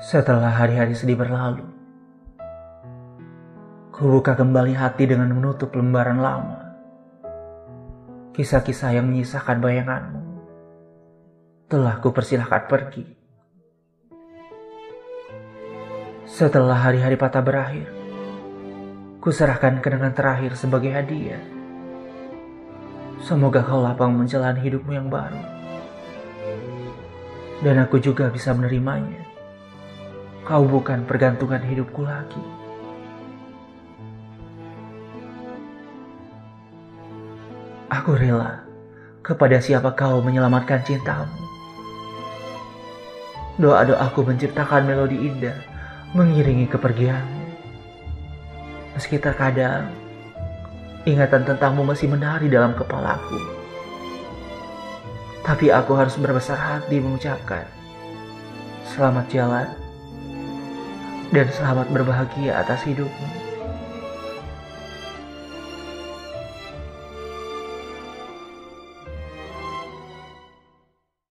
Setelah hari-hari sedih berlalu, kubuka kembali hati dengan menutup lembaran lama. Kisah-kisah yang menyisakan bayanganmu telah kupersilahkan pergi. Setelah hari-hari patah berakhir, kuserahkan kenangan terakhir sebagai hadiah. Semoga kau lapang menjalani hidupmu yang baru, dan aku juga bisa menerimanya. Kau bukan pergantungan hidupku lagi. Aku rela kepada siapa kau menyelamatkan cintamu. Doa-doaku menciptakan melodi indah mengiringi kepergianmu. Meski terkadang ingatan tentangmu masih menari dalam kepalaku, tapi aku harus berbesar hati mengucapkan selamat jalan dan selamat berbahagia atas hidupmu.